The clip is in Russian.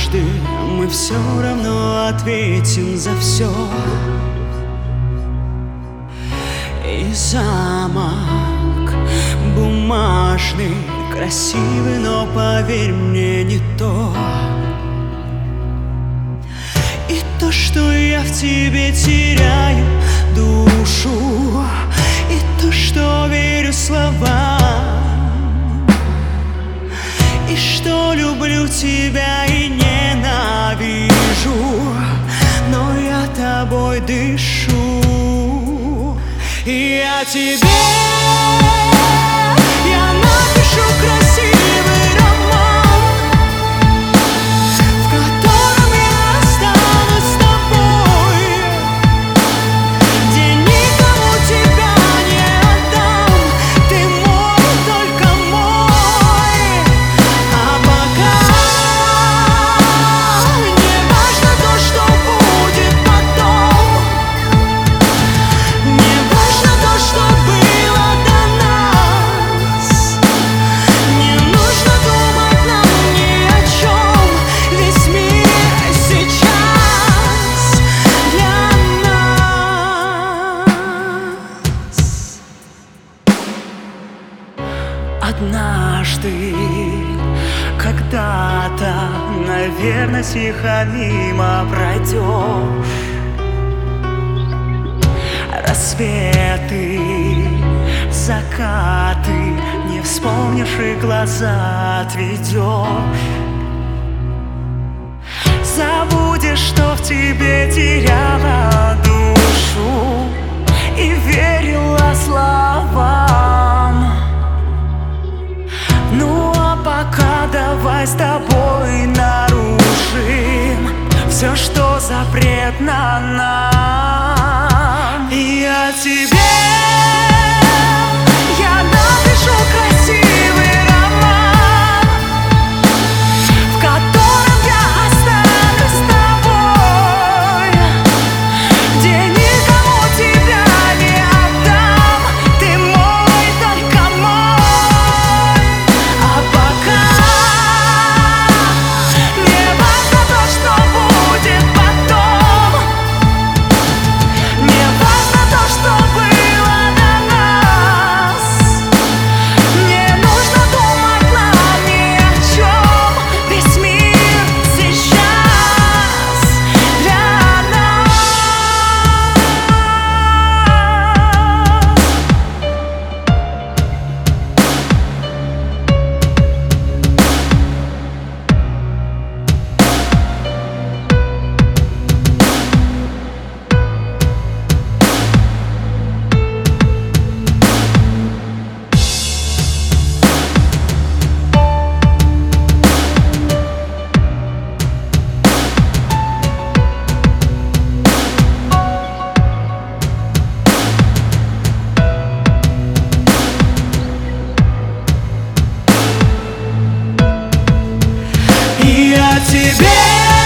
однажды мы все равно ответим за все. И замок бумажный, красивый, но поверь мне, не то. И то, что я в тебе теряю душу, и то, что верю словам, и что люблю тебя и ненавижу, но я тобой дышу. И я тебе, я напишу красивый роман, в котором я останусь с тобой, где никому тебя не отдам. Ты мой, только мой. А пока не важно то, что будет потом, не важно то, что было до нас. Не нужно думать нам ни о чем. Весь мир сейчас для нас. Однажды, когда-то, наверное, тихо мимо пройдешь. Рассветы, закаты, не вспомнишь и глаза отведешь. Забудешь, что в тебе теряла душу и верила словам. Ну а пока давай с тобой нарушим все, что запретно нам. И я тебе, я напишу красивый роман, в котором я останусь с тобой, где никому тебя не отдам. Ты мой, только мой. А пока не важно то, что будет потом, не важно то, что было до нас. Не нужно думать нам ни о чем. Весь мир сейчас для нас. И я тебе